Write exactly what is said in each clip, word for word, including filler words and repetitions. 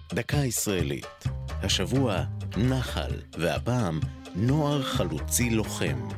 דקה ישראלית. השבוע נחל, והפעם נוער חלוצי לוחם.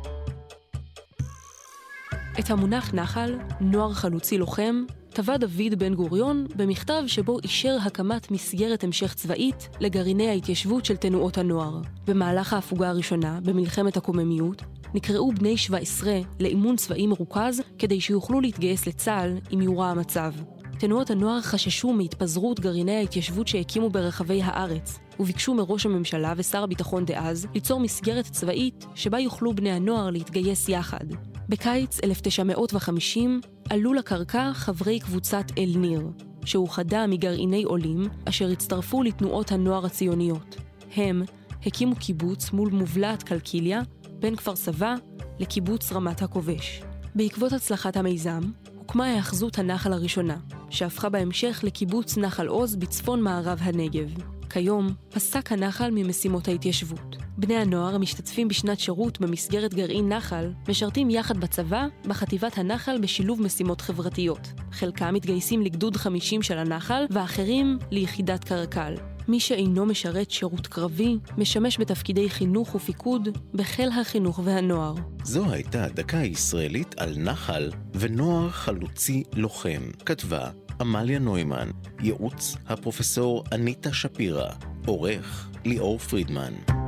את המונח נחל, נוער חלוצי לוחם, טבע דוד בן גוריון במכתב שבו אישר הקמת מסגרת המשך צבאית לגרעיני ההתיישבות של תנועות הנוער. במהלך ההפוגה הראשונה, במלחמת הקוממיות, נקראו בני שבע עשרה לאימון צבאי מרוכז כדי שיוכלו להתגייס לצה"ל אם יורע המצב. תנועות הנוער חששו מהתפזרות גרעיני ההתיישבות שהקימו ברחבי הארץ, וביקשו מראש הממשלה ושר הביטחון דאז ליצור מסגרת צבאית שבה יוכלו בני הנוער להתגייס יחד. בקיץ אלף תשע מאות וחמישים עלו לקרקע חברי קבוצת אל ניר, שאוחדה מגרעיני עולים אשר הצטרפו לתנועות הנוער הציוניות. הם הקימו קיבוץ מול מובלעת קלקיליה בין כפר סבא לקיבוץ רמת הכובש. בעקבות הצלחת המיזם, הוקמה היאחזות הנחל הראשונה, שהפכה בהמשך לקיבוץ נחל עוז בצפון מערב הנגב. כיום פסק הנחל ממשימות ההתיישבות. בני הנוער המשתתפים בשנת שירות במסגרת גרעין נחל משרתים יחד בצבא בחטיבת הנחל בשילוב משימות חברתיות. חלקם מתגייסים לגדוד חמישים של הנחל ואחרים ליחידת קרקל. מי שאינו משרת שירות קרבי משמש בתפקידי חינוך ופיקוד בחיל החינוך והנוער. זו הייתה דקה ישראלית על נחל ונוער חלוצי לוחם. כתבה אמליה נוימן, ייעוץ הפרופסור אניטה שפירה, עורך ליאור פרידמן.